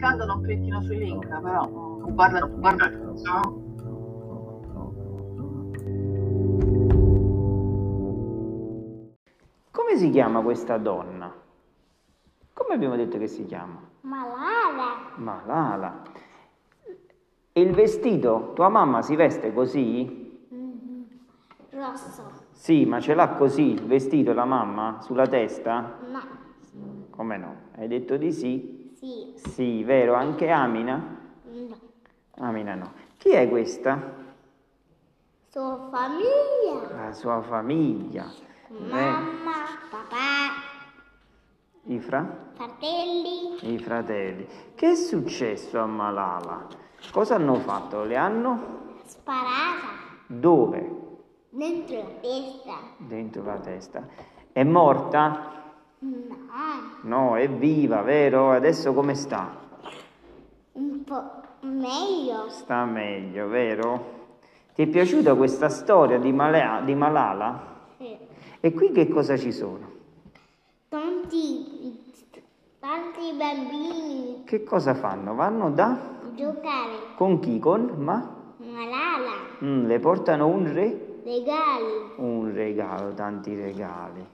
cliccando non clicchino sui link, però guarda tutto. Come si chiama questa donna? Come abbiamo detto che si chiama? Malala. Malala. E il vestito? Tua mamma si veste così? Rosso. Sì, ma ce l'ha così il vestito la mamma? Sulla testa? No. Come no? Hai detto di sì? Sì. Sì, vero? Anche Amina? No. Amina no. Chi è questa? Sua famiglia. La sua famiglia. Mamma, papà, I fratelli. I fratelli. Che è successo a Malala? Cosa hanno fatto? Le hanno? Sparata. Dove? Dentro la testa. Dentro la testa. È morta? No. No, è viva, vero? Adesso come sta? Un po' meglio. Sta meglio, vero? Ti è piaciuta questa storia di Malala? Sì. E qui che cosa ci sono? Tanti bambini Che cosa fanno? Vanno da? giocare. Con chi? Con? Malala. Le portano un re? Regali. Un regalo, tanti regali.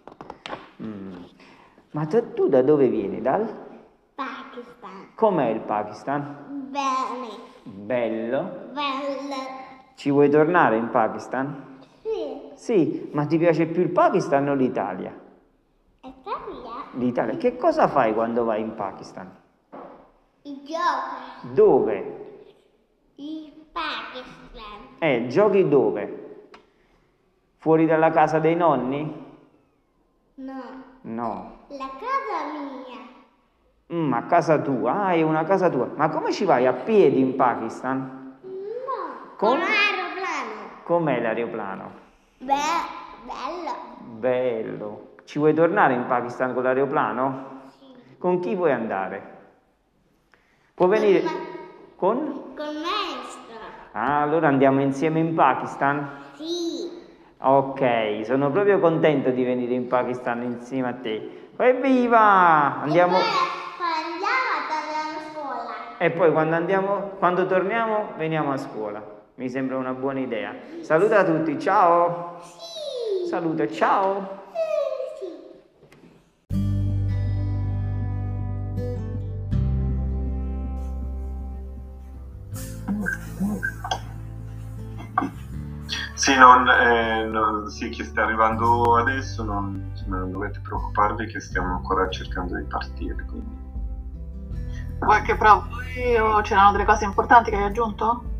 Ma tu da dove vieni? Dal? Pakistan. Com'è il Pakistan? Bene. Bello. Bello. Ci vuoi tornare in Pakistan? Sì. Sì, ma ti piace più il Pakistan o l'Italia? Italia. L'Italia. Che cosa fai quando vai in Pakistan? I giochi. Dove? Il Pakistan. Giochi dove? Fuori dalla casa dei nonni? No. No. La casa mia. A casa tua? Hai una casa tua. Ma come ci vai a piedi in Pakistan? No. Con? Con l'aeroplano. Com'è l'aeroplano? Bello. Bello. Ci vuoi tornare in Pakistan con l'aeroplano? Sì. Con chi vuoi andare? Puoi venire con? Con maestro. Ah, allora andiamo insieme in Pakistan? Sì. Ok, sono proprio contento di venire in Pakistan insieme a te. Evviva! Andiamo. E poi andiamo a tornare a scuola. E poi quando torniamo, veniamo a scuola. Mi sembra una buona idea. Saluta a tutti, ciao! Sì. Saluta, ciao! Sì, sì, che sta arrivando adesso, non dovete preoccuparvi che stiamo ancora cercando di partire, quindi. Vuoi che provo io? C'erano delle cose importanti che hai aggiunto?